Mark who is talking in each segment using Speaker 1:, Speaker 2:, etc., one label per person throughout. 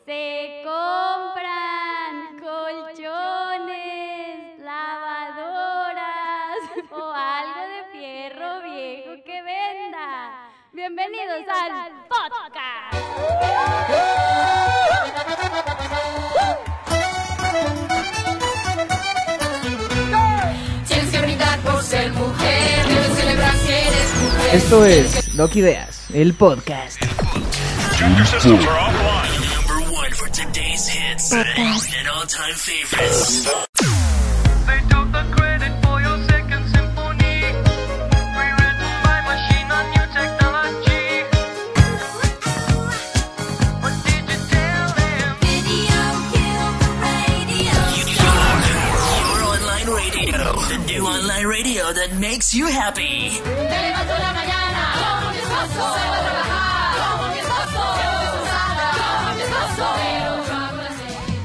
Speaker 1: Se compran colchones, lavadoras o algo de fierro viejo que venda. Bienvenidos al podcast.
Speaker 2: Tienes que brindar por ser mujer, debes celebrar que eres mujer.
Speaker 3: Esto es Loki Ideas, el podcast.
Speaker 4: For today's hits and all-time favorites.
Speaker 5: They took the credit for your second symphony, rewritten by machine on new technology. What did you tell them?
Speaker 2: Video killed the radio.
Speaker 4: Your online radio. The new online radio that makes you happy.
Speaker 2: Me levanto en la mañana, como mi esposo, salgo a trabajar, como mi esposo, estoy usada, como mi esposo, pero yo hago la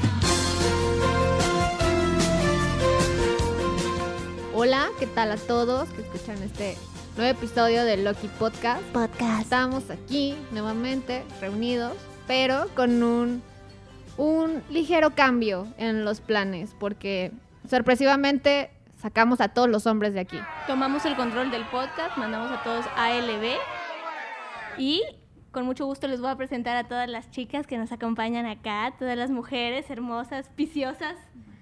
Speaker 6: Hola, ¿qué tal a todos que escuchan este nuevo episodio del Loki Podcast? Estamos aquí nuevamente reunidos, pero con un ligero cambio en los planes, porque sorpresivamente sacamos a todos los hombres de aquí.
Speaker 7: Tomamos el control del podcast, mandamos a todos a ALB y con mucho gusto les voy a presentar a todas las chicas que nos acompañan acá, todas las mujeres hermosas, viciosas.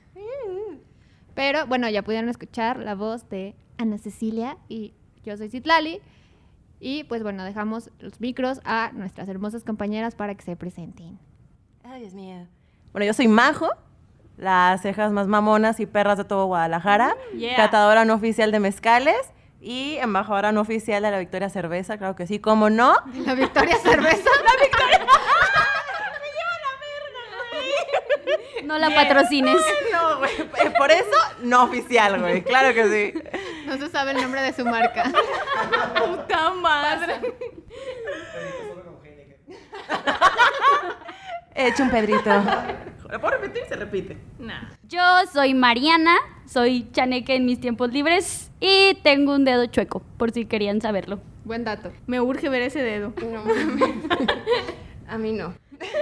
Speaker 6: Pero bueno, ya pudieron escuchar la voz de Ana Cecilia y yo soy Citlali. Y pues bueno, dejamos los micros a nuestras hermosas compañeras para que se presenten.
Speaker 8: Ay, Dios mío. Bueno, yo soy Majo, las cejas más mamonas y perras de todo Guadalajara,
Speaker 7: Yeah.
Speaker 8: catadora no oficial de mezcales y embajadora no oficial de la Victoria Cerveza, claro que sí, ¿cómo no?
Speaker 6: La Victoria Cerveza.
Speaker 1: No la patrocines.
Speaker 8: No, güey, por eso no oficial, güey, claro que sí.
Speaker 6: No se sabe el nombre de su marca.
Speaker 7: ¡Puta madre!
Speaker 8: He hecho un Pedrito. ¿Lo puedo repetir? Se repite.
Speaker 7: Nah.
Speaker 1: Yo soy Mariana, soy chaneque en mis tiempos libres y tengo un dedo chueco, por si querían saberlo.
Speaker 6: Buen dato.
Speaker 7: Me urge ver ese dedo.
Speaker 9: No mames. A mí no.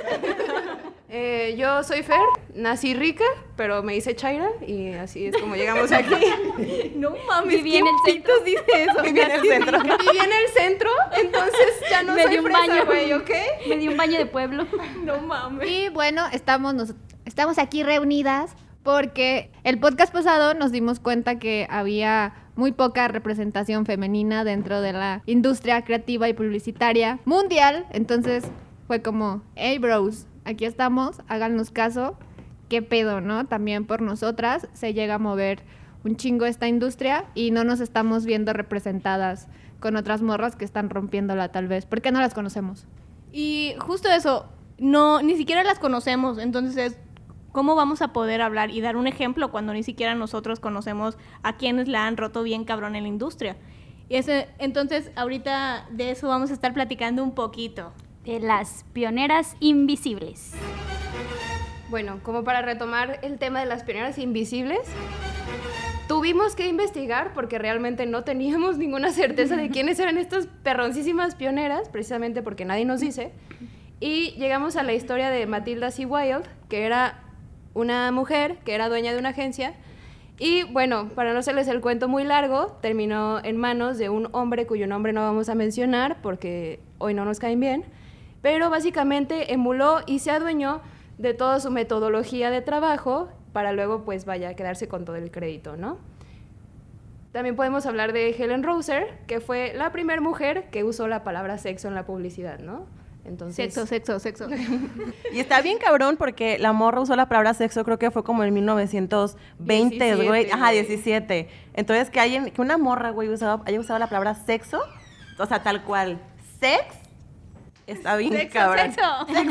Speaker 9: Yo soy Fer, nací rica, pero me hice Chaira y así es como llegamos aquí.
Speaker 7: No mames,
Speaker 1: Viví en el centro.
Speaker 7: dice eso?
Speaker 8: Viví en el centro.
Speaker 9: Viví en el centro, entonces ya no
Speaker 1: Me
Speaker 9: soy
Speaker 1: di un
Speaker 9: fresa,
Speaker 1: baño.
Speaker 9: güey, ¿ok?
Speaker 1: Me di un baño de pueblo.
Speaker 7: No mames.
Speaker 6: Y bueno, estamos aquí reunidas porque el podcast pasado nos dimos cuenta que había muy poca representación femenina dentro de la industria creativa y publicitaria mundial. Entonces fue como, hey bros, aquí estamos, háganos caso, qué pedo, ¿no? También por nosotras se llega a mover un chingo esta industria y no nos estamos viendo representadas con otras morras que están rompiéndola tal vez, porque no las conocemos.
Speaker 7: Y justo eso, no, ni siquiera las conocemos, entonces, ¿cómo vamos a poder hablar y dar un ejemplo cuando ni siquiera nosotros conocemos a quienes la han roto bien cabrón en la industria? Entonces, ahorita de eso vamos a estar platicando un poquito.
Speaker 1: De las pioneras invisibles.
Speaker 9: Bueno, como para retomar el tema de las pioneras invisibles, tuvimos que investigar porque realmente no teníamos ninguna certeza de quiénes eran estas perroncísimas pioneras, precisamente porque nadie nos dice. Y llegamos a la historia de Matilda C. Wilde, que era una mujer que era dueña de una agencia. Y bueno, para no hacerles el cuento muy largo, terminó en manos de un hombre cuyo nombre no vamos a mencionar porque hoy no nos caen bien, pero básicamente emuló y se adueñó de toda su metodología de trabajo para luego, pues vaya, quedarse con todo el crédito, ¿no? También podemos hablar de Helen Rosser, que fue la primera mujer que usó la palabra sexo en la publicidad, ¿no? Entonces,
Speaker 7: Sexo.
Speaker 8: Y está bien cabrón porque la morra usó la palabra sexo, creo que fue como en 1920,
Speaker 9: 17,
Speaker 8: güey. Ajá,
Speaker 9: güey.
Speaker 8: 17. Entonces que una morra, güey, haya usado la palabra sexo, o sea, tal cual, sex, está bien cabrón.
Speaker 1: Sexo.
Speaker 8: Sexo.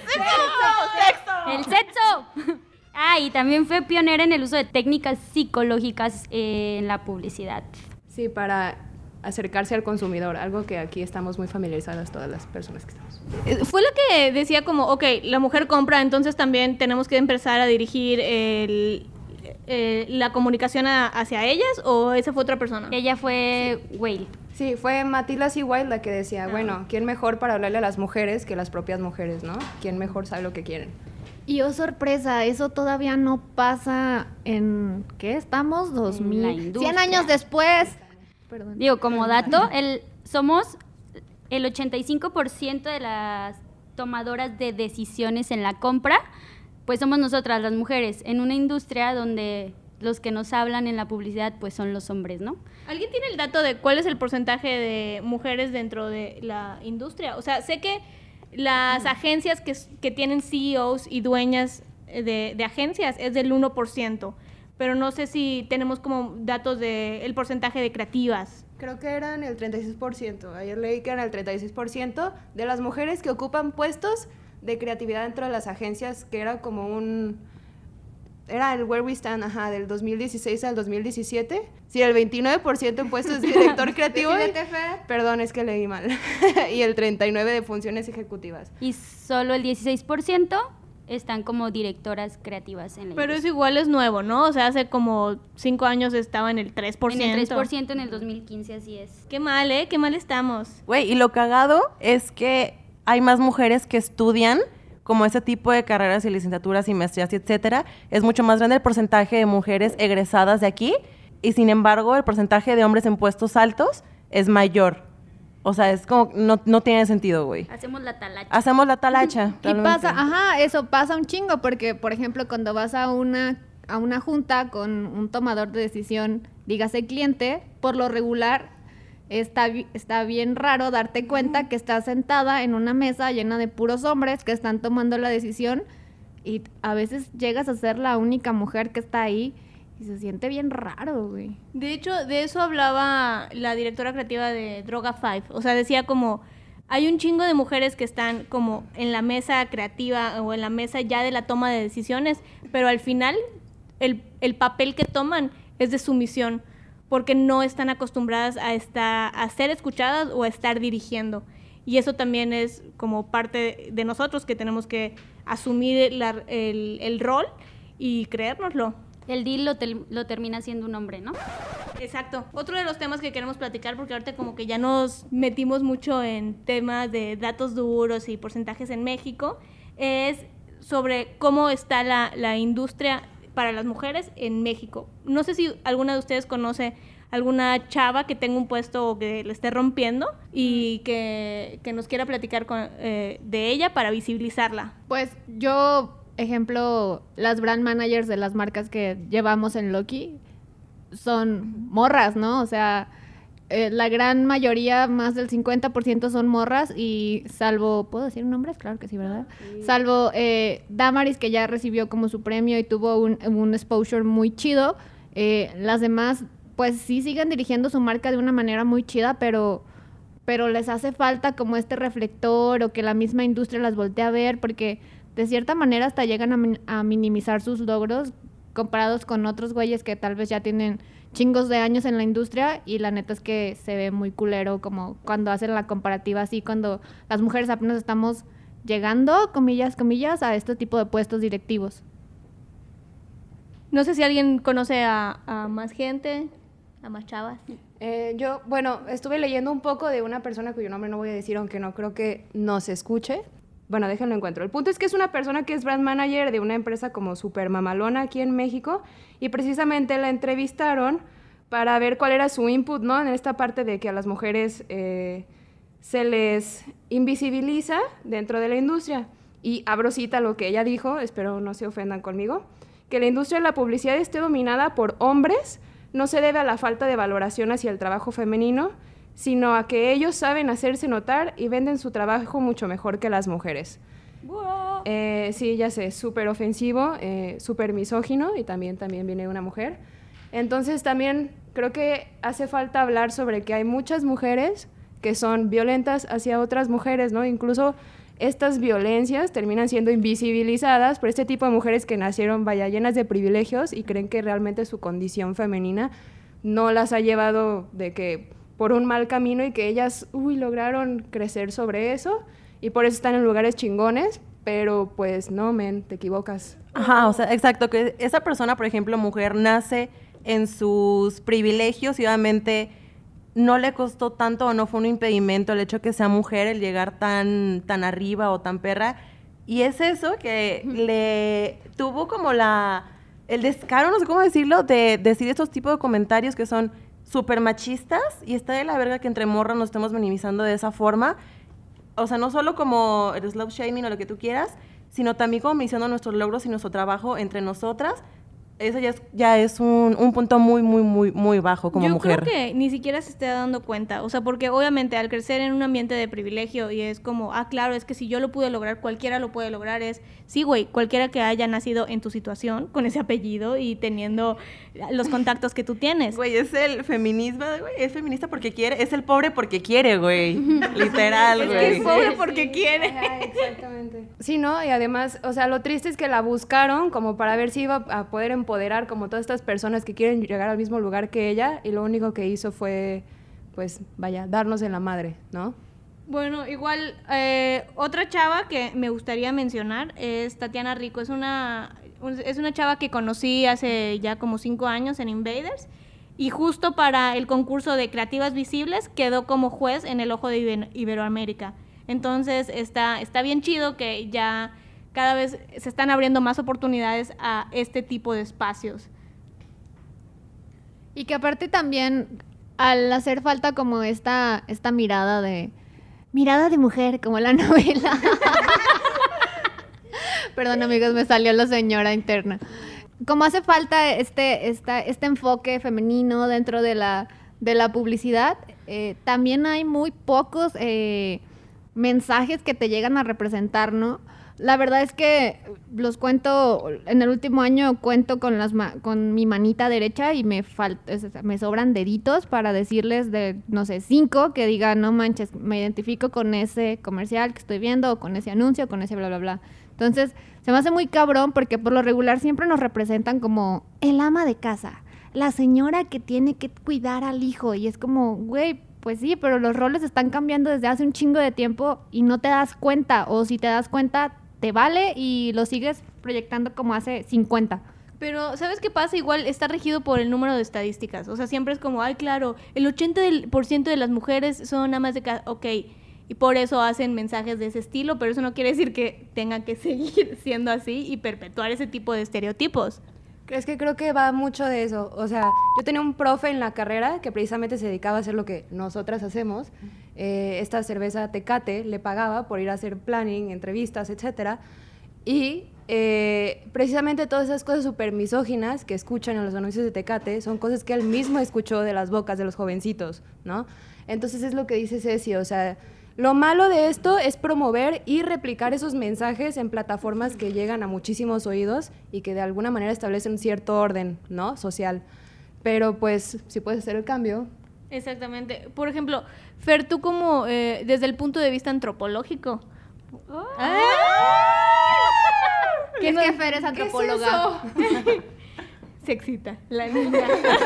Speaker 1: ¡El sexo! Ah, y también fue pionera en el uso de técnicas psicológicas en la publicidad.
Speaker 9: sí, para acercarse al consumidor, algo que aquí estamos muy familiarizadas todas las personas que estamos.
Speaker 7: Fue lo que decía como, ok, la mujer compra, entonces también tenemos que empezar a dirigir el la comunicación hacia ellas o esa fue otra persona?
Speaker 1: Ella fue Whale.
Speaker 9: Sí, fue Matilda C. White la que decía, bueno, ¿quién mejor para hablarle a las mujeres que las propias mujeres, ¿no? ¿Quién mejor sabe lo que quieren?
Speaker 6: Y oh sorpresa, eso todavía no pasa en, ¿qué estamos? 2000,
Speaker 1: la
Speaker 6: 100
Speaker 1: industria.
Speaker 6: años después. Perdón.
Speaker 1: Digo, como dato, somos el 85% de las tomadoras de decisiones en la compra, pues somos nosotras, las mujeres, en una industria donde los que nos hablan en la publicidad, pues son los hombres, ¿no?
Speaker 7: ¿Alguien tiene el dato de cuál es el porcentaje de mujeres dentro de la industria? O sea, sé que las agencias que tienen CEOs y dueñas de agencias es del 1%, pero no sé si tenemos como datos del porcentaje de creativas.
Speaker 9: Creo que eran el 36%. Ayer leí que eran el 36% de las mujeres que ocupan puestos de creatividad dentro de las agencias, que era como era el Where We Stand, del 2016 al 2017. Sí, el 29% en puestos de director creativo. Perdón, es que leí mal. Y el 39% de funciones ejecutivas.
Speaker 1: Y solo el 16% están como directoras creativas en la
Speaker 7: Pero
Speaker 1: industria.
Speaker 7: eso igual es nuevo, ¿no? O sea, hace como 5 años estaba en el 3%.
Speaker 1: En el 3% en el 2015, así es.
Speaker 7: Qué mal, ¿eh? Qué mal estamos.
Speaker 8: Güey, y lo cagado es que hay más mujeres que estudian como ese tipo de carreras y licenciaturas y maestrías y etcétera. Es mucho más grande el porcentaje de mujeres egresadas de aquí y sin embargo el porcentaje de hombres en puestos altos es mayor. O sea, es como, no tiene sentido, güey.
Speaker 1: Hacemos la talacha.
Speaker 8: Hacemos la talacha.
Speaker 6: Y pasa, eso pasa un chingo, porque, por ejemplo, cuando vas a una junta con un tomador de decisión, dígase cliente, por lo regular está bien raro darte cuenta que estás sentada en una mesa llena de puros hombres que están tomando la decisión y a veces llegas a ser la única mujer que está ahí y se siente bien raro, güey.
Speaker 7: De hecho, de eso hablaba la directora creativa de Droga 5. O sea, decía como, hay un chingo de mujeres que están como en la mesa creativa o en la mesa ya de la toma de decisiones, pero al final el papel que toman es de sumisión, porque no están acostumbradas a ser escuchadas o a estar dirigiendo. Y eso también es como parte de nosotros que tenemos que asumir el rol y creérnoslo.
Speaker 1: El deal lo termina siendo un hombre, ¿no?
Speaker 7: Exacto. Otro de los temas que queremos platicar, porque ahorita como que ya nos metimos mucho en temas de datos duros y porcentajes en México, es sobre cómo está la industria para las mujeres en México. No sé si alguna de ustedes conoce alguna chava que tenga un puesto o que le esté rompiendo y que nos quiera platicar de ella para visibilizarla.
Speaker 6: Pues yo, ejemplo, las brand managers de las marcas que llevamos en Loki son morras, ¿no? O sea, la gran mayoría, más del 50% son morras y salvo, ¿puedo decir nombres? Claro que sí, ¿verdad? Sí. Salvo Damaris, que ya recibió como su premio y tuvo un exposure muy chido. Las demás, pues sí siguen dirigiendo su marca de una manera muy chida, pero les hace falta como este reflector o que la misma industria las voltee a ver, porque de cierta manera hasta llegan a minimizar sus logros comparados con otros güeyes que tal vez ya tienen chingos de años en la industria y la neta es que se ve muy culero como cuando hacen la comparativa así, cuando las mujeres apenas estamos llegando, comillas, a este tipo de puestos directivos.
Speaker 7: No sé si alguien conoce a más gente, a más chavas.
Speaker 9: Yo, estuve leyendo un poco de una persona cuyo nombre no voy a decir, aunque no creo que nos escuche. Bueno, déjenlo encuentro. El punto es que es una persona que es brand manager de una empresa como super mamalona aquí en México y precisamente la entrevistaron para ver cuál era su input, ¿no? En esta parte de que a las mujeres se les invisibiliza dentro de la industria. Y abro cita lo que ella dijo, espero no se ofendan conmigo, que la industria de la publicidad esté dominada por hombres no se debe a la falta de valoración hacia el trabajo femenino, sino a que ellos saben hacerse notar y venden su trabajo mucho mejor que las mujeres.
Speaker 7: Wow.
Speaker 9: Sí, ya sé, súper ofensivo, súper misógino, y también viene de una mujer. Entonces también creo que hace falta hablar sobre que hay muchas mujeres que son violentas hacia otras mujeres, ¿no? Incluso estas violencias terminan siendo invisibilizadas por este tipo de mujeres que nacieron, llenas de privilegios y creen que realmente su condición femenina no las ha llevado por un mal camino y que ellas, lograron crecer sobre eso y por eso están en lugares chingones, pero pues no, men, te equivocas.
Speaker 8: Ajá, o sea, exacto, que esa persona, por ejemplo, mujer, nace en sus privilegios y obviamente no le costó tanto o no fue un impedimento el hecho que sea mujer, el llegar tan arriba o tan perra. Y es eso que le tuvo como el descaro, no sé cómo decirlo, de decir estos tipos de comentarios que son súper machistas, y está de la verga que entre morras nos estemos minimizando de esa forma. O sea, no solo como el slut shaming o lo que tú quieras, sino también como minimizando nuestros logros y nuestro trabajo entre nosotras. Eso ya es un punto muy, muy, muy, muy bajo como mujer.
Speaker 7: Yo creo que ni siquiera se está dando cuenta, o sea, porque obviamente al crecer en un ambiente de privilegio y es como, claro, es que si yo lo pude lograr, cualquiera lo puede lograr, sí, güey, cualquiera que haya nacido en tu situación, con ese apellido y teniendo los contactos que tú tienes.
Speaker 8: Güey, es el feminismo, güey, es feminista porque quiere, es el pobre porque quiere, güey, literal, güey.
Speaker 7: Es que es pobre porque quiere.
Speaker 9: Ajá, exactamente. Sí, ¿no? Y además, o sea, lo triste es que la buscaron como para ver si iba a poder empoderar como todas estas personas que quieren llegar al mismo lugar que ella, y lo único que hizo fue, pues, vaya, darnos en la madre, ¿no?
Speaker 7: Bueno, igual, otra chava que me gustaría mencionar es Tatiana Rico. Es una chava que conocí hace ya como 5 años en Invaders, y justo para el concurso de Creativas Visibles quedó como juez en el Ojo de Iberoamérica. Entonces está bien chido que ya cada vez se están abriendo más oportunidades a este tipo de espacios.
Speaker 6: Y que aparte también, al hacer falta como esta mirada de mujer, como la novela. Perdón, amigos, me salió la señora interna. Como hace falta este enfoque femenino dentro de la publicidad, también hay muy pocos mensajes que te llegan a representar, ¿no? La verdad es que los cuento, en el último año cuento con mi manita derecha y me sobran deditos para decirles de, no sé, 5 que digan, no manches, me identifico con ese comercial que estoy viendo, o con ese anuncio, con ese bla, bla, bla. Entonces, se me hace muy cabrón porque por lo regular siempre nos representan como el ama de casa, la señora que tiene que cuidar al hijo, y es como, güey, pues sí, pero los roles están cambiando desde hace un chingo de tiempo y no te das cuenta, o si te das cuenta, te vale y lo sigues proyectando como hace 50.
Speaker 7: Pero, ¿sabes qué pasa? Igual está regido por el número de estadísticas. O sea, siempre es como, claro, el 80% de las mujeres son amas de casa. Ok, y por eso hacen mensajes de ese estilo, pero eso no quiere decir que tengan que seguir siendo así y perpetuar ese tipo de estereotipos.
Speaker 9: Es que creo que va mucho de eso. O sea, yo tenía un profe en la carrera que precisamente se dedicaba a hacer lo que nosotras hacemos. Esta cerveza Tecate le pagaba por ir a hacer planning, entrevistas, etcétera. Y precisamente todas esas cosas súper misóginas que escuchan en los anuncios de Tecate son cosas que él mismo escuchó de las bocas de los jovencitos, ¿no? Entonces es lo que dice Ceci, o sea, lo malo de esto es promover y replicar esos mensajes en plataformas que llegan a muchísimos oídos y que de alguna manera establecen cierto orden, ¿no? Social. Pero pues, si puedes hacer el cambio.
Speaker 7: Exactamente. Por ejemplo, Fer, tú como desde el punto de vista antropológico.
Speaker 6: ¿Qué es que Fer es antropóloga?
Speaker 7: Se excita la niña.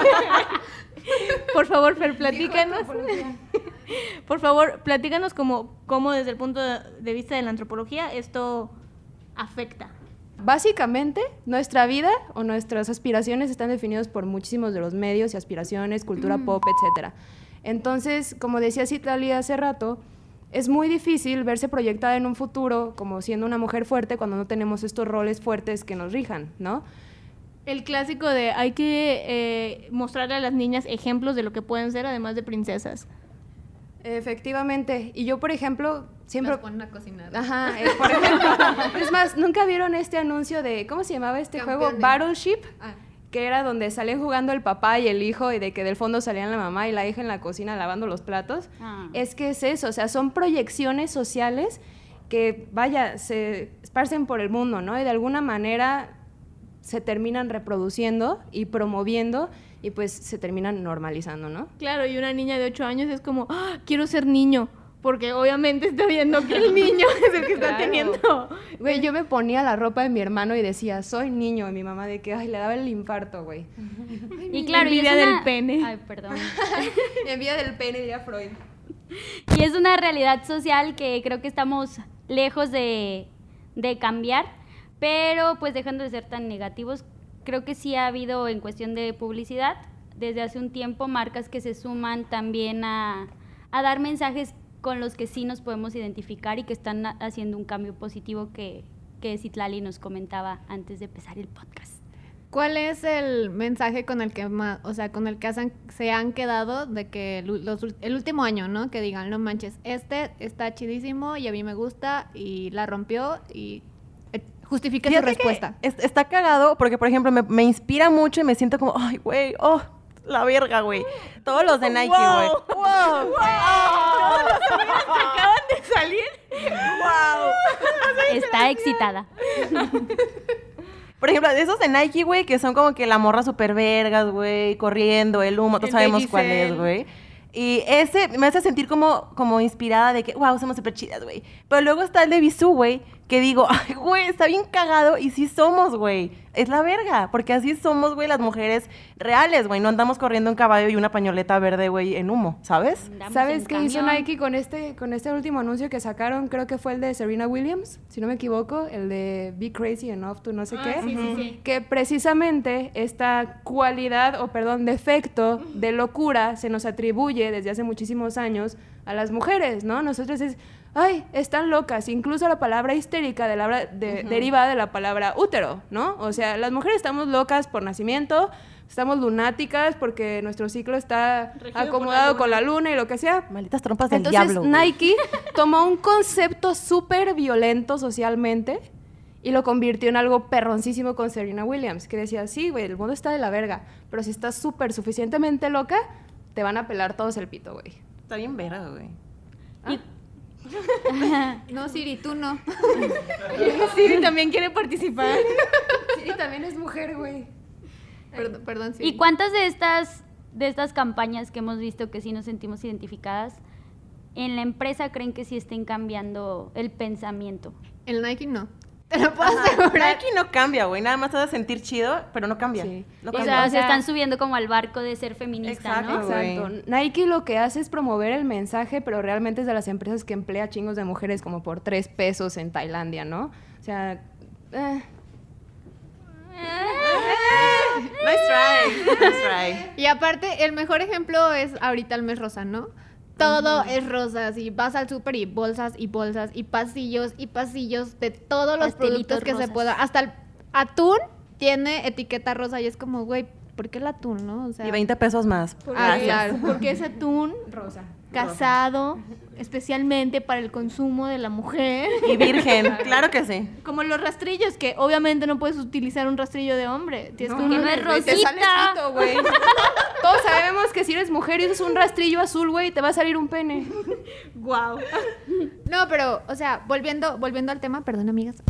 Speaker 7: Por favor, Fer, platícanos. Por favor, platícanos cómo desde el punto de vista de la antropología esto afecta.
Speaker 9: Básicamente, nuestra vida o nuestras aspiraciones están definidas por muchísimos de los medios y aspiraciones, cultura pop, etcétera. Entonces, como decía Citlali hace rato, es muy difícil verse proyectada en un futuro como siendo una mujer fuerte cuando no tenemos estos roles fuertes que nos rijan, ¿no?
Speaker 7: El clásico de hay que mostrarle a las niñas ejemplos de lo que pueden ser, además de princesas.
Speaker 9: Efectivamente. Y yo, por ejemplo, siempre...
Speaker 6: Las ponen a cocinar.
Speaker 9: Ajá, por ejemplo. Es más, ¿nunca vieron este anuncio de... ¿Cómo se llamaba este juego? Battleship. Que era donde salían jugando el papá y el hijo y de que del fondo salían la mamá y la hija en la cocina lavando los platos. Es que es eso, o sea, son proyecciones sociales que, vaya, se esparcen por el mundo, ¿no? Y de alguna manera se terminan reproduciendo y promoviendo y pues se terminan normalizando, ¿no?
Speaker 7: Claro, y una niña de 8 años es como, quiero ser niño, porque obviamente está viendo que el niño es el que está teniendo.
Speaker 9: Güey, yo me ponía la ropa de mi hermano y decía, soy niño, y mi mamá de que, le daba el infarto, güey.
Speaker 1: Y claro,
Speaker 7: envidia del pene.
Speaker 1: Ay, perdón.
Speaker 9: Envidia del pene, diría Freud.
Speaker 1: Y es una realidad social que creo que estamos lejos de de cambiar, pero pues dejando de ser tan negativos, creo que sí ha habido en cuestión de publicidad, desde hace un tiempo, marcas que se suman también a dar mensajes con los que sí nos podemos identificar y que están haciendo un cambio positivo que Citlali nos comentaba antes de empezar el podcast.
Speaker 6: ¿Cuál es el mensaje con el que más, o sea, con el que se han quedado de que el último año, ¿no? Que digan, no manches, este está chidísimo y a mí me gusta y la rompió y justifique su
Speaker 8: Fíjate que
Speaker 6: respuesta.
Speaker 8: Está cagado porque, por ejemplo, me inspira mucho y me siento como, ay, güey, la verga, güey. Todos los de Nike, güey.
Speaker 7: Wow.
Speaker 8: ¡Wow!
Speaker 7: Todos los amigos que acaban de salir. ¡Wow!
Speaker 1: Está excitada.
Speaker 8: Por ejemplo, de esos de Nike, güey, que son como que la morra super vergas, güey, corriendo, el humo, todos
Speaker 7: El de
Speaker 8: sabemos cuál
Speaker 7: Giselle.
Speaker 8: es, güey. Y ese me hace sentir como inspirada de que, wow, somos súper chidas, güey. Pero luego está el de Bisú, güey, que digo, ay, güey, está bien cagado y sí somos, güey. Es la verga, porque así somos, güey, las mujeres reales, güey. No andamos corriendo un caballo y una pañoleta verde, güey, en humo, ¿sabes?
Speaker 1: Andamos
Speaker 9: ¿Sabes
Speaker 1: en
Speaker 9: qué hizo
Speaker 1: camión.
Speaker 9: Nike con este último anuncio que sacaron? Creo que fue el de Serena Williams, si no me equivoco, el de Be Crazy Enough to no sé qué.
Speaker 7: Sí.
Speaker 9: Que precisamente esta cualidad, o perdón, defecto de locura se nos atribuye desde hace muchísimos años a las mujeres, ¿no? Nosotros es, ay, están locas. Incluso la palabra histérica deriva de la palabra útero, ¿no? O sea, las mujeres estamos locas por nacimiento, estamos lunáticas porque nuestro ciclo está
Speaker 7: Regido por la
Speaker 9: acomodado
Speaker 7: luna.
Speaker 9: con la luna y lo que sea.
Speaker 8: Malditas trompas del
Speaker 9: Entonces
Speaker 8: diablo, güey.
Speaker 9: Nike tomó un concepto súper violento socialmente y lo convirtió en algo perroncísimo con Serena Williams, que decía, sí, güey, el mundo está de la verga, pero si estás súper suficientemente loca, te van a pelar todos el pito, güey.
Speaker 8: Está bien verga, güey.
Speaker 6: No, Siri, tú no.
Speaker 7: Siri también quiere participar.
Speaker 9: Sí, también es mujer, güey.
Speaker 6: Perdón, Siri.
Speaker 1: ¿Y cuántas de estas campañas que hemos visto que sí nos sentimos identificadas, en la empresa creen que sí estén cambiando el pensamiento?
Speaker 6: El Nike no. Te lo puedo asegurar.
Speaker 8: Nike no cambia, güey. Nada más te vas a sentir chido, pero no cambia.
Speaker 9: Sí.
Speaker 8: No
Speaker 1: O
Speaker 8: cambia.
Speaker 1: sea, se están subiendo como al barco de ser feminista,
Speaker 8: Exacto.
Speaker 1: ¿no?
Speaker 8: Güey.
Speaker 9: Exacto. Nike lo que hace es promover el mensaje, pero realmente es de las empresas que emplea chingos de mujeres como por 3 pesos en Tailandia, ¿no? O sea,
Speaker 8: Nice try.
Speaker 6: Y aparte, el mejor ejemplo es ahorita el mes rosa, ¿no? Todo es rosa, así vas al súper y bolsas y bolsas y pasillos de todos los
Speaker 1: Pastelitos
Speaker 6: productos que se
Speaker 1: rosas.
Speaker 6: pueda. Hasta el atún tiene etiqueta rosa y es como, güey, ¿por qué el atún, no? O sea,
Speaker 8: Y 20 pesos más.
Speaker 6: claro.
Speaker 7: Porque es atún
Speaker 9: rosa.
Speaker 7: casado especialmente para el consumo de la mujer.
Speaker 8: Y virgen, claro que sí.
Speaker 7: Como los rastrillos, que obviamente no puedes utilizar un rastrillo de hombre. Tienes que
Speaker 1: no
Speaker 7: uno
Speaker 1: es
Speaker 7: de-
Speaker 9: Te sale
Speaker 1: Rosita.
Speaker 9: pito, güey. Todos sabemos que si eres mujer y usas un rastrillo azul, güey, te va a salir un pene.
Speaker 7: Guau.
Speaker 6: No, pero, o sea, volviendo al tema, perdón, amigas,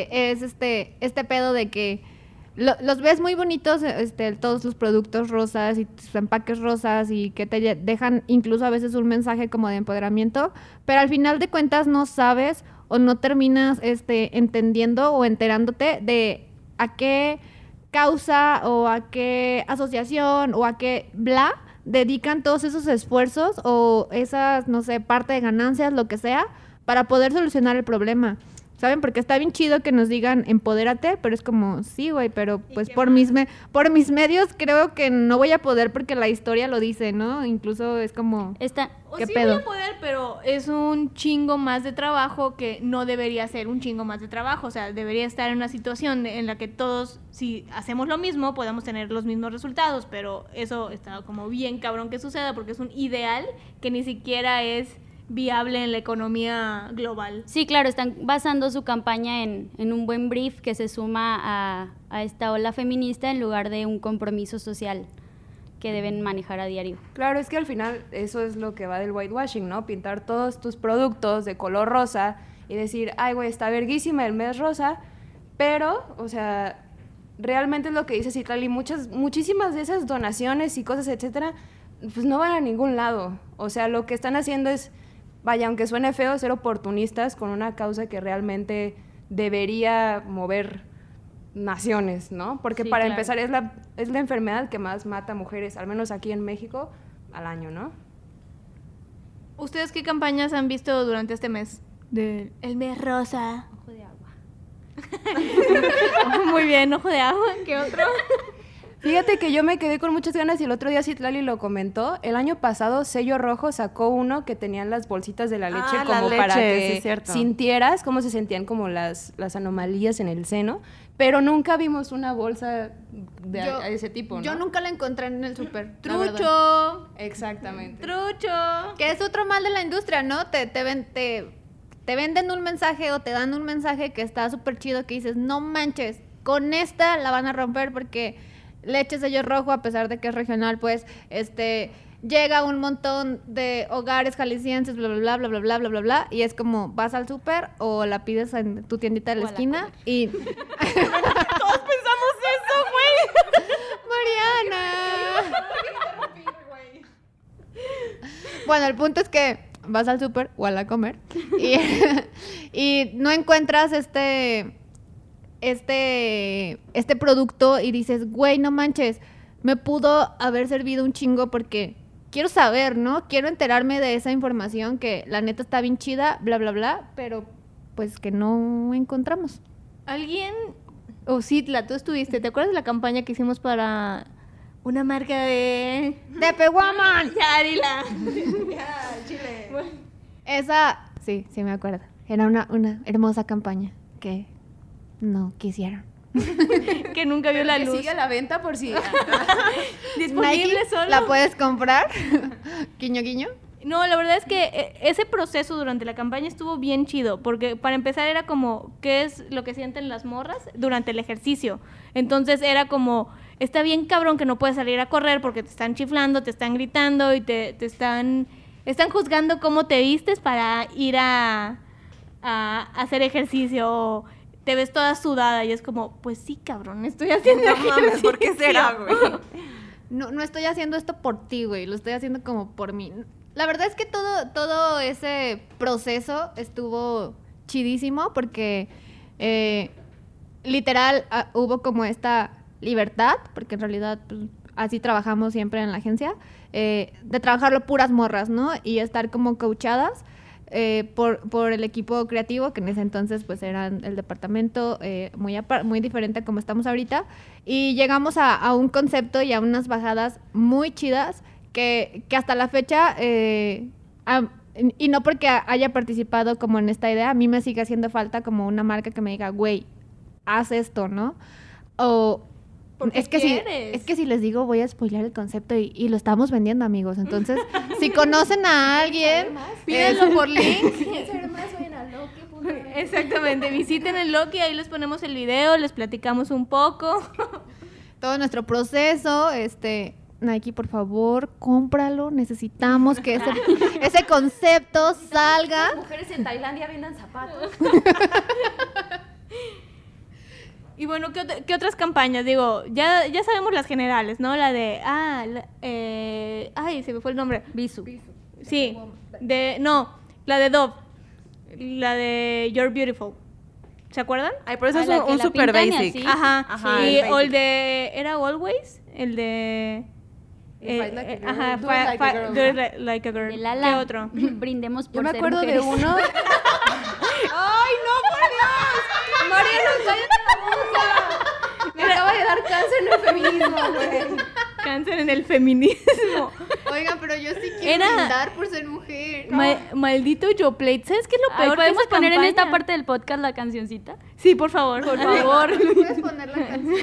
Speaker 6: este pedo de que los ves muy bonitos, todos los productos rosas y tus empaques rosas y que te dejan incluso a veces un mensaje como de empoderamiento, pero al final de cuentas no sabes o no terminas entendiendo o enterándote de a qué causa o a qué asociación o a qué bla dedican todos esos esfuerzos o esas, no sé, parte de ganancias, lo que sea, para poder solucionar el problema. ¿Saben? Porque está bien chido que nos digan empodérate, pero es como, sí, güey, pero pues por mis medios creo que no voy a poder porque la historia lo dice, ¿no? Incluso es como,
Speaker 7: O
Speaker 6: ¿qué
Speaker 7: sí
Speaker 6: pedo?
Speaker 7: voy a poder, pero es un chingo más de trabajo que no debería ser un chingo más de trabajo. O sea, debería estar en una situación en la que todos, si hacemos lo mismo, podamos tener los mismos resultados. Pero eso está como bien cabrón que suceda porque es un ideal que ni siquiera es viable en la economía global.
Speaker 1: Sí, claro, están basando su campaña en un buen brief que se suma a esta ola feminista en lugar de un compromiso social que deben manejar a diario.
Speaker 9: Claro, es que al final eso es lo que va del whitewashing, ¿no? Pintar todos tus productos de color rosa y decir, ay, güey, está verguísima el mes rosa, pero, o sea, realmente es lo que dice Citlali, muchísimas de esas donaciones y cosas, etcétera, pues no van a ningún lado. O sea, lo que están haciendo es, vaya, aunque suene feo, ser oportunistas con una causa que realmente debería mover naciones, ¿no? Porque
Speaker 1: Sí,
Speaker 9: para
Speaker 1: claro.
Speaker 9: empezar es la enfermedad que más mata mujeres, al menos aquí en México, al año, ¿no?
Speaker 7: ¿Ustedes qué campañas han visto durante este mes? El mes rosa.
Speaker 1: Ojo de agua.
Speaker 7: Muy bien, ojo de agua. ¿Qué otro?
Speaker 9: Fíjate que yo me quedé con muchas ganas y el otro día Citlali lo comentó. El año pasado Sello Rojo sacó uno que tenían las bolsitas de la leche
Speaker 8: Ah,
Speaker 9: como
Speaker 8: la
Speaker 9: para
Speaker 8: leche,
Speaker 9: que
Speaker 8: sí, cierto.
Speaker 9: sintieras cómo se sentían como las anomalías en el seno, pero nunca vimos una bolsa de
Speaker 6: Yo-
Speaker 9: a ese tipo, ¿no?
Speaker 6: Yo nunca la encontré en el súper. la verdad.
Speaker 7: Trucho.
Speaker 9: Exactamente.
Speaker 7: Trucho.
Speaker 6: Que es otro mal de la industria, ¿no? Te venden un mensaje o te dan un mensaje que está súper chido que dices, no manches, con esta la van a romper porque Leche Sello Rojo, a pesar de que es regional, pues, llega a un montón de hogares jaliscienses, bla, bla, bla, bla, bla, bla, bla, bla, bla, y es como, vas al súper o la pides en tu tiendita de la
Speaker 1: O a la
Speaker 6: esquina
Speaker 1: comer.
Speaker 6: y...
Speaker 7: Todos pensamos eso, güey.
Speaker 6: ¡Mariana! Bueno, el punto es que vas al súper o a la comer y, y no encuentras este producto y dices, güey, no manches, me pudo haber servido un chingo porque quiero saber, ¿no? Quiero enterarme de esa información que la neta está bien chida, bla, bla, bla, pero pues que no encontramos.
Speaker 7: Alguien, o Citla, tú estuviste, ¿te acuerdas de la campaña que hicimos para una marca de...
Speaker 6: ¡De Peguaman!
Speaker 7: Ya, dila.
Speaker 6: Esa, sí me acuerdo. Era una hermosa campaña que no quisieron.
Speaker 7: Que nunca vio la
Speaker 9: Que
Speaker 7: luz.
Speaker 9: sigue a la venta por si...
Speaker 7: Disponible
Speaker 6: Nike,
Speaker 7: solo.
Speaker 6: ¿la puedes comprar? Guiño, guiño.
Speaker 7: No, la verdad es que ese proceso durante la campaña estuvo bien chido, porque para empezar era como, ¿qué es lo que sienten las morras durante el ejercicio? Entonces era como, está bien cabrón que no puedes salir a correr porque te están chiflando, te están gritando y te están juzgando cómo te vistes para ir a hacer ejercicio, o te ves toda sudada y es como, pues sí, cabrón, estoy haciendo
Speaker 8: No
Speaker 7: ejercicio.
Speaker 8: mames, ¿por qué será, güey?
Speaker 6: No estoy haciendo esto por ti, güey. Lo estoy haciendo como por mí. La verdad es que todo ese proceso estuvo chidísimo porque literal hubo como esta libertad, porque en realidad pues, así trabajamos siempre en la agencia, de trabajarlo puras morras, ¿no? Y estar como coachadas por el equipo creativo, que en ese entonces pues eran el departamento muy diferente a como estamos ahorita, y llegamos a un concepto y a unas bajadas muy chidas que hasta la fecha, y no porque haya participado como en esta idea, a mí me sigue haciendo falta como una marca que me diga, güey, haz esto, ¿no? O
Speaker 7: Porque
Speaker 6: es que
Speaker 7: quieres.
Speaker 6: si les digo voy a spoilear el concepto y lo estamos vendiendo, amigos. Entonces, si conocen a alguien,
Speaker 7: Pídanlo por link.
Speaker 9: saber más, vayan a Loki.
Speaker 7: Exactamente, visiten el Loki, ahí les ponemos el video, les platicamos un poco.
Speaker 6: todo nuestro proceso, Nike, por favor, cómpralo. Necesitamos que ese concepto salga.
Speaker 9: Mujeres en Tailandia vendan zapatos.
Speaker 7: Y bueno, ¿qué otras campañas? Digo, ya sabemos las generales, ¿no? La de, ay, se me fue el nombre.
Speaker 1: Bisu.
Speaker 7: Sí, la de Dove, la de You're Beautiful. ¿Se acuerdan?
Speaker 8: Ay, pero eso
Speaker 1: Ah,
Speaker 8: es
Speaker 1: la que
Speaker 8: un
Speaker 1: la
Speaker 8: super
Speaker 1: pintan y
Speaker 8: basic.
Speaker 1: así.
Speaker 7: Ajá,
Speaker 8: Ajá,
Speaker 7: y,
Speaker 8: el
Speaker 7: o el
Speaker 8: basic.
Speaker 7: de, ¿era Always? El de...
Speaker 9: Fight like a girl.
Speaker 7: Ajá,
Speaker 9: Do it like a girl.
Speaker 7: do it like a girl.
Speaker 1: De Lala.
Speaker 7: ¿Qué otro?
Speaker 1: Brindemos por
Speaker 9: Yo me
Speaker 1: ser
Speaker 9: acuerdo de
Speaker 1: mujeres.
Speaker 9: uno.
Speaker 7: ¡Ay, no, por Dios!
Speaker 9: Mariano, cállate la boca. Me acaba de dar cáncer en el feminismo, güey.
Speaker 7: Cáncer en el feminismo.
Speaker 6: Oigan, pero yo sí quiero
Speaker 7: Era-
Speaker 6: brindar por ser mujer.
Speaker 7: Maldito Yoplate. ¿Sabes qué es lo
Speaker 1: Ay,
Speaker 7: peor?
Speaker 1: ¿podemos
Speaker 7: de esa
Speaker 1: poner en esta
Speaker 7: campaña?
Speaker 1: parte del podcast la cancioncita?
Speaker 7: Sí, por favor. Por favor.
Speaker 6: ¿Puedes poner la canción?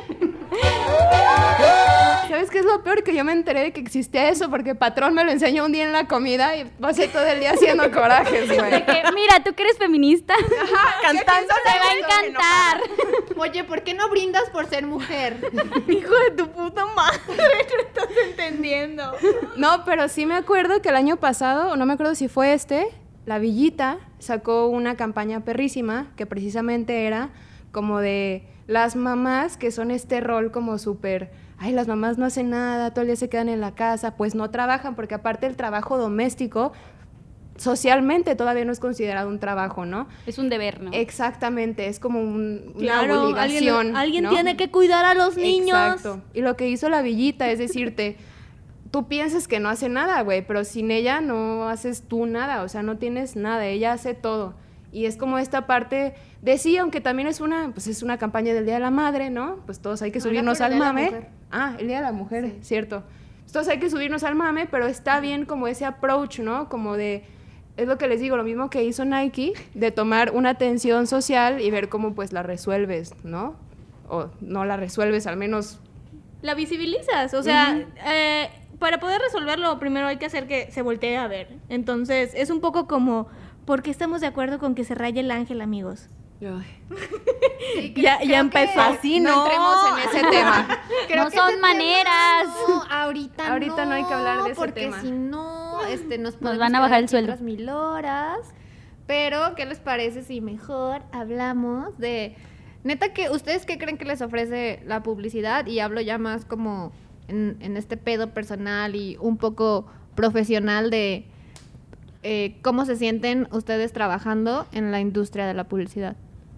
Speaker 9: ¿Sabes qué es lo peor? Que yo me enteré de que existía eso porque patrón me lo enseñó un día en la comida y pasé todo el día haciendo corajes, güey.
Speaker 1: Que, mira, tú que eres feminista,
Speaker 8: Cantando.
Speaker 1: te va a encantar.
Speaker 6: Oye, ¿por qué no brindas por ser mujer?
Speaker 7: Hijo de tu puta madre, no estás entendiendo.
Speaker 9: No, pero sí me acuerdo que el año pasado, no me acuerdo si fue La Villita sacó una campaña perrísima que precisamente era como de las mamás que son este rol como súper, ay, las mamás no hacen nada, todo el día se quedan en la casa, pues no trabajan, porque aparte el trabajo doméstico socialmente todavía no es considerado un trabajo, ¿no?
Speaker 1: Es un deber, ¿no?
Speaker 9: Exactamente, es como una
Speaker 7: Claro,
Speaker 9: obligación.
Speaker 7: alguien
Speaker 9: ¿no?
Speaker 7: tiene que cuidar a los niños.
Speaker 9: Exacto. Y lo que hizo La Villita es decirte, tú piensas que no hace nada, güey, pero sin ella no haces tú nada, o sea, no tienes nada, ella hace todo. Y es como esta parte de sí, aunque también es una campaña del Día de la Madre, ¿no? Pues todos hay que subirnos al mame. El Día de la Mujer, cierto. Todos hay que subirnos al mame, pero está bien como ese approach, ¿no? Como de, es lo que les digo, lo mismo que hizo Nike, de tomar una tensión social y ver cómo pues la resuelves, ¿no? O no la resuelves, al menos...
Speaker 7: La visibilizas, o sea, para poder resolverlo primero hay que hacer que se voltee a ver. Entonces, es un poco como, ¿por qué estamos de acuerdo con que se raye el ángel, amigos?
Speaker 6: Sí,
Speaker 7: Ya empezó.
Speaker 8: Así
Speaker 9: No entremos en ese tema.
Speaker 1: No son maneras.
Speaker 6: No, ahorita
Speaker 9: no hay que hablar de ese
Speaker 6: porque
Speaker 9: tema.
Speaker 6: si no, nos podemos
Speaker 1: van a bajar
Speaker 6: quedar
Speaker 1: el sueldo.
Speaker 6: otras 1000 horas. Pero, ¿qué les parece si mejor hablamos de... Neta, que ¿ustedes qué creen que les ofrece la publicidad? Y hablo ya más como en este pedo personal y un poco profesional de cómo se sienten ustedes trabajando en la industria de la publicidad.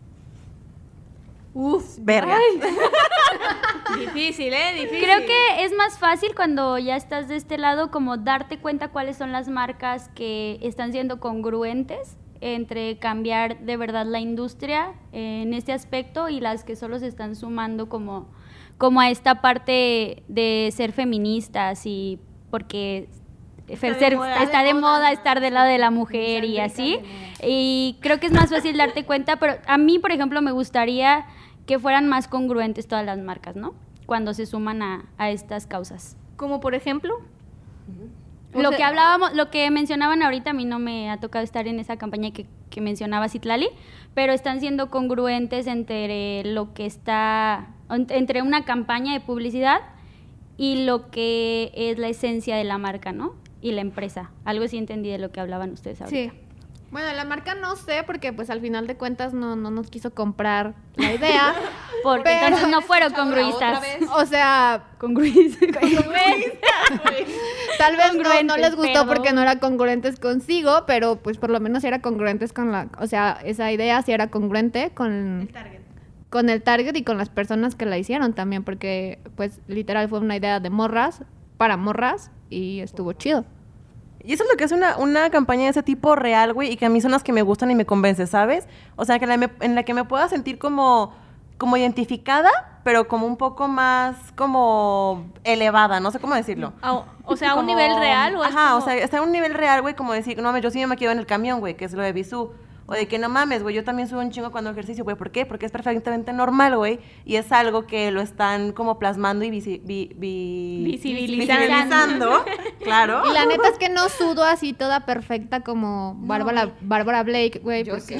Speaker 8: Verga.
Speaker 7: Difícil, difícil.
Speaker 1: Creo que es más fácil cuando ya estás de este lado como darte cuenta cuáles son las marcas que están siendo congruentes entre cambiar de verdad la industria en este aspecto y las que solo se están sumando como a esta parte de ser feministas y porque está de moda estar del lado de la mujer y así. Y creo que es más fácil darte cuenta, pero a mí, por ejemplo, me gustaría que fueran más congruentes todas las marcas, ¿no? Cuando se suman a estas causas.
Speaker 7: Como por ejemplo...
Speaker 1: Lo que mencionaban ahorita, a mí no me ha tocado estar en esa campaña que mencionaba Citlali, pero están siendo congruentes entre lo que está, entre una campaña de publicidad y lo que es la esencia de la marca, ¿no? Y la empresa. Algo sí entendí de lo que hablaban ustedes ahorita.
Speaker 6: Sí. Bueno, la marca no sé, porque pues al final de cuentas no nos quiso comprar la idea.
Speaker 1: Porque entonces no fueron congruistas.
Speaker 6: O sea,
Speaker 1: Congruistas.
Speaker 6: tal vez no
Speaker 1: Congruentes,
Speaker 6: les gustó
Speaker 1: perdón.
Speaker 6: porque no era congruentes consigo, pero pues por lo menos era congruentes con o sea, esa idea sí era congruente con el target y con las personas que la hicieron también, porque pues literal fue una idea de morras, para morras, y estuvo chido.
Speaker 8: Y eso es lo que es una campaña de ese tipo real, güey, y que a mí son las que me gustan y me convence, ¿sabes? O sea, en la que me pueda sentir como identificada, pero como un poco más como elevada, no sé cómo decirlo.
Speaker 7: O sea, a un
Speaker 8: Como-
Speaker 7: nivel real.
Speaker 8: Ajá, o sea, está a un nivel real, güey, como decir, no mames, yo sí me quedo en el camión, güey, que es lo de Bisú. O de que no mames, güey, yo también subo un chingo cuando ejercicio, güey. ¿Por qué? Porque es perfectamente normal, güey. Y es algo que lo están como plasmando y visibilizando. Claro.
Speaker 6: Y la neta es que no sudo así toda perfecta como Bárbara Blake, güey, porque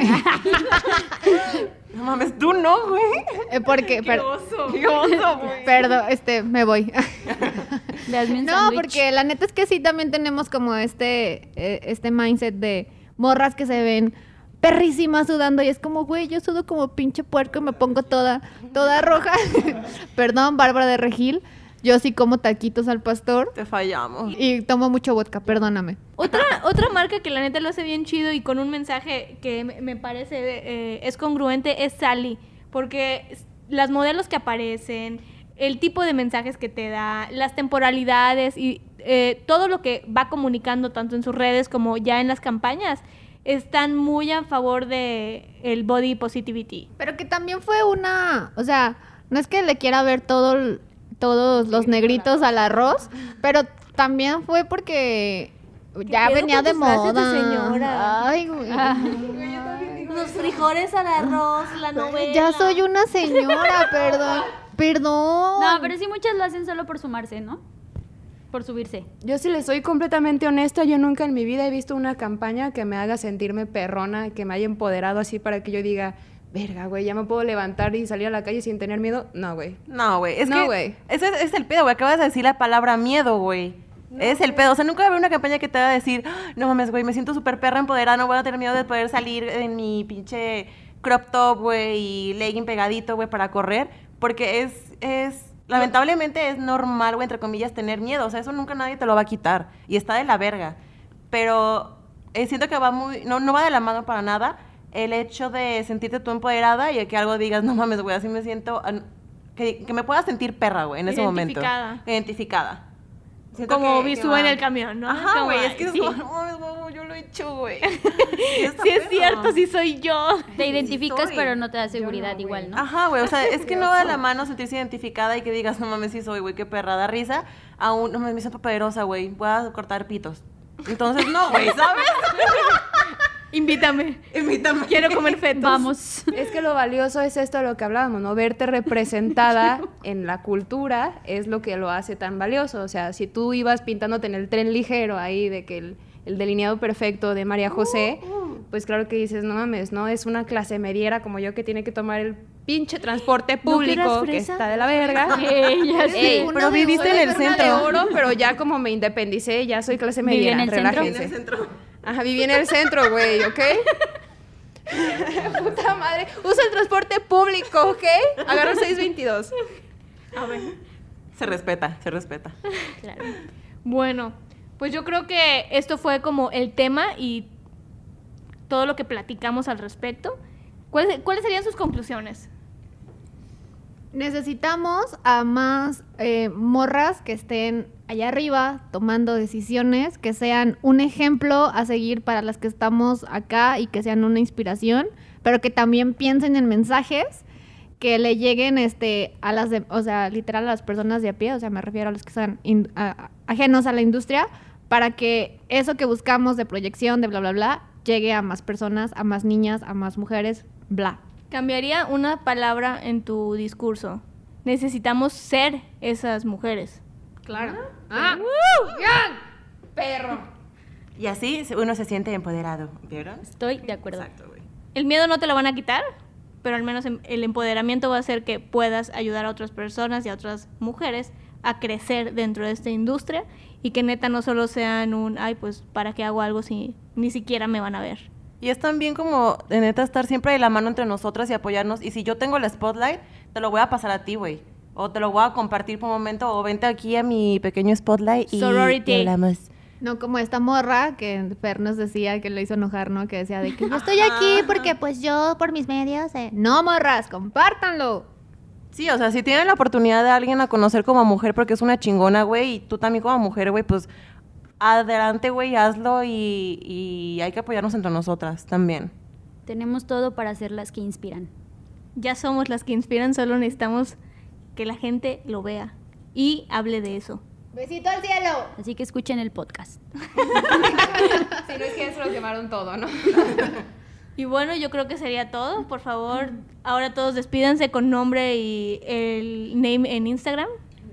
Speaker 8: No mames, tú no, güey.
Speaker 6: porque
Speaker 8: Qué oso, güey.
Speaker 6: perdón, me voy.
Speaker 1: Hazme un
Speaker 6: No,
Speaker 1: sándwich.
Speaker 6: porque la neta es que sí también tenemos como este mindset de morras que se ven perrísimas sudando y es como, güey, yo sudo como pinche puerco y me pongo toda roja. Perdón, Bárbara de Regil, yo sí como taquitos al pastor
Speaker 8: Te fallamos.
Speaker 6: y tomo mucho vodka, perdóname.
Speaker 7: Otra marca que la neta lo hace bien chido y con un mensaje que me parece es congruente es Sally, porque las modelos que aparecen, el tipo de mensajes que te da, las temporalidades y todo lo que va comunicando tanto en sus redes como ya en las campañas están muy a favor de el body positivity.
Speaker 6: Pero que también fue o sea, no es que le quiera ver todos los negritos al arroz, pero también fue porque ya
Speaker 7: pedo con
Speaker 6: venía de
Speaker 7: tus frases de
Speaker 6: moda.
Speaker 7: señora?
Speaker 6: Ay, güey.
Speaker 7: Los frijoles al arroz, la novela.
Speaker 6: Ya soy una señora, perdón.
Speaker 1: No, pero sí muchas lo hacen solo por sumarse, ¿no? Por subirse.
Speaker 9: Yo si les soy completamente honesta, yo nunca en mi vida he visto una campaña que me haga sentirme perrona, que me haya empoderado así para que yo diga, verga, güey, ya me puedo levantar y salir a la calle sin tener miedo. No, güey.
Speaker 8: No, güey. Es
Speaker 9: No,
Speaker 8: que
Speaker 9: güey.
Speaker 8: ese es el pedo, güey. Acabas de decir la palabra miedo, güey. Es el pedo. O sea, nunca va a haber una campaña que te va a decir, "Ah, no mames, güey, me siento súper perra empoderada, no voy a tener miedo de poder salir en mi pinche crop top, güey, y legging pegadito, güey, para correr. Porque lamentablemente es normal, güey, entre comillas, tener miedo. O sea, eso nunca nadie te lo va a quitar. Y está de la verga. Pero siento que va no va de la mano para nada el hecho de sentirte tú empoderada y que algo digas, no mames, güey, así me siento... Que me pueda sentir perra, güey, en ese momento. Identificada. Siento
Speaker 7: Como
Speaker 8: que
Speaker 7: Bisú
Speaker 8: va.
Speaker 7: en el camión, ¿no?
Speaker 8: Ajá,
Speaker 7: Como,
Speaker 8: güey, es
Speaker 7: ay,
Speaker 8: que
Speaker 7: sí.
Speaker 8: es como, "Ay, güey, yo lo lo he hecho, güey.
Speaker 7: Sí es cierto, sí soy yo.
Speaker 1: Te identificas,
Speaker 8: soy.
Speaker 1: pero no te da seguridad igual, ¿no?
Speaker 8: Ajá, güey, o sea, es que no va de la mano sentirse identificada y que digas, no mames, sí soy, güey, qué perra, da risa. Aún, no mames, me siento poderosa, güey, voy a cortar pitos. Entonces, no, güey, ¿sabes?
Speaker 7: Invítame.
Speaker 8: Invítame.
Speaker 7: Quiero comer fetos.
Speaker 1: Vamos.
Speaker 9: Es que lo valioso es esto de lo que hablábamos, ¿no? Verte representada en la cultura es lo que lo hace tan valioso. O sea, si tú ibas pintándote en el tren ligero ahí de que el delineado perfecto de María José, pues claro que dices, no mames, ¿no? Es una clase mediera como yo que tiene que tomar el pinche transporte público que está de la verga.
Speaker 1: Ya sé.
Speaker 9: Ey,
Speaker 8: pero viviste en el centro.
Speaker 9: de oro, pero ya como me independicé, ya soy clase
Speaker 1: Viví
Speaker 9: mediera.
Speaker 1: en el centro.
Speaker 9: Relájense. Ajá, viví en el centro, güey, ¿ok? Puta madre. Usa el transporte público, ¿ok? Agarra el 622.
Speaker 7: A ver.
Speaker 8: Se respeta, se respeta.
Speaker 1: Claro.
Speaker 7: Bueno, pues yo creo que esto fue como el tema y todo lo que platicamos al respecto. ¿Cuáles serían sus conclusiones?
Speaker 6: Necesitamos a más morras que estén allá arriba tomando decisiones, que sean un ejemplo a seguir para las que estamos acá y que sean una inspiración, pero que también piensen en mensajes que le lleguen a las o sea, literal a las personas de a pie, o sea, me refiero a los que son ajenos a la industria, para que eso que buscamos de proyección, de bla, bla, bla, llegue a más personas, a más niñas, a más mujeres, bla.
Speaker 7: Cambiaría una palabra en tu discurso. Necesitamos ser esas mujeres.
Speaker 9: Claro. ¡Ah! ¡Perro!
Speaker 8: Y así uno se siente empoderado, ¿vieron?
Speaker 1: Estoy de acuerdo.
Speaker 8: Exacto, güey.
Speaker 7: El miedo no te lo van a quitar, pero al menos el empoderamiento va a hacer que puedas ayudar a otras personas y a otras mujeres a crecer dentro de esta industria y que neta no solo sean ay, pues, ¿para qué hago algo si ni siquiera me van a ver?
Speaker 8: Y es también como, de neta, estar siempre de la mano entre nosotras y apoyarnos. Y si yo tengo el spotlight, te lo voy a pasar a ti, güey. O te lo voy a compartir por un momento, o vente aquí a mi pequeño spotlight y hablamos.
Speaker 6: No como esta morra que Fer nos decía que le hizo enojar, ¿no? Que decía de que yo estoy aquí porque pues yo por mis medios... No, morras, compártanlo.
Speaker 8: Sí, o sea, si tienen la oportunidad de alguien a conocer como mujer porque es una chingona, güey, y tú también como mujer, güey, pues adelante, güey, hazlo y hay que apoyarnos entre nosotras también.
Speaker 1: Tenemos todo para ser las que inspiran.
Speaker 7: Ya somos las que inspiran, solo necesitamos que la gente lo vea y hable de eso.
Speaker 6: ¡Besito al cielo!
Speaker 1: Así que escuchen el podcast.
Speaker 9: Si no es que eso lo quemaron todo, ¿no?
Speaker 7: Y bueno, yo creo que sería todo. Por favor, ahora todos despídanse con nombre y el name en Instagram.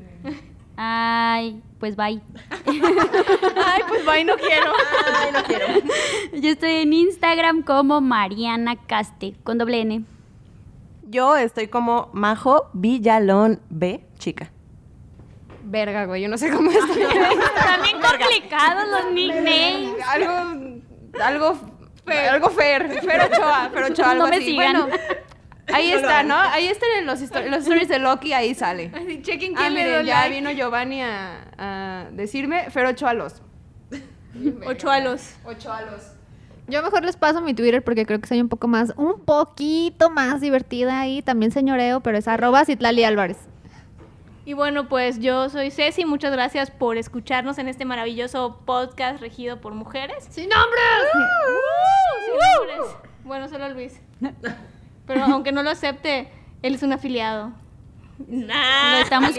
Speaker 1: Ay, pues bye.
Speaker 7: Ay, pues bye, no quiero.
Speaker 8: Ay, no quiero.
Speaker 1: Yo estoy en Instagram como Mariana Caste, con doble N.
Speaker 8: Yo estoy como Majo Villalón B, chica.
Speaker 9: Verga, güey, yo no sé cómo es.
Speaker 1: Están bien complicados los nicknames.
Speaker 9: Algo Fer Ochoa, algo
Speaker 1: No me
Speaker 9: así.
Speaker 1: sigan.
Speaker 9: Bueno, ahí está, ¿no? Ahí están en los stories de Loki, ahí sale.
Speaker 7: Así, chequen
Speaker 9: Ah,
Speaker 7: quién le dio
Speaker 9: miren, ya
Speaker 7: like.
Speaker 9: vino Giovanni a decirme Fer Ochoa los.
Speaker 7: Ochoalos.
Speaker 6: Yo mejor les paso mi Twitter porque creo que soy un poquito más divertida y también señoreo, pero es @Citlali Álvarez.
Speaker 7: Y bueno, pues yo soy Ceci. Muchas gracias por escucharnos en este maravilloso podcast regido por mujeres.
Speaker 6: ¡Sin nombres!
Speaker 7: ¡Sin nombres! Bueno, solo Luis. Pero aunque no lo acepte, él es un afiliado.
Speaker 1: Lo estamos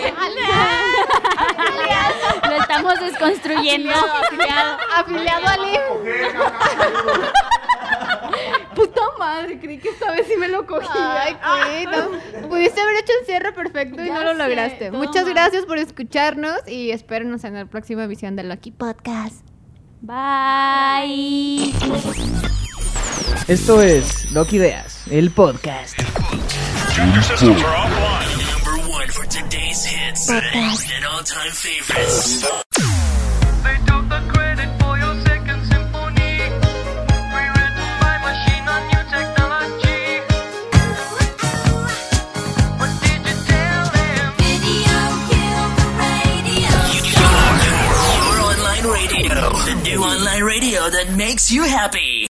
Speaker 1: Lo estamos desconstruyendo.
Speaker 6: Afiliado al IF.
Speaker 7: Puta madre, creí que esta vez sí me lo cogí.
Speaker 6: Ay, güey, no. Pudiste haber hecho el cierre perfecto y
Speaker 7: Ya
Speaker 6: no lo
Speaker 7: sé,
Speaker 6: lograste.
Speaker 7: toma.
Speaker 6: Muchas gracias por escucharnos y espérenos en la próxima emisión de Lucky Podcast.
Speaker 1: Bye.
Speaker 3: Esto es Loki Ideas, el podcast.
Speaker 4: Number one for today's hits and all-time favorites.
Speaker 5: They took the credit for your second symphony, rewritten by machine on new technology. What did you tell them?
Speaker 4: Your online radio, the new online radio that makes you happy.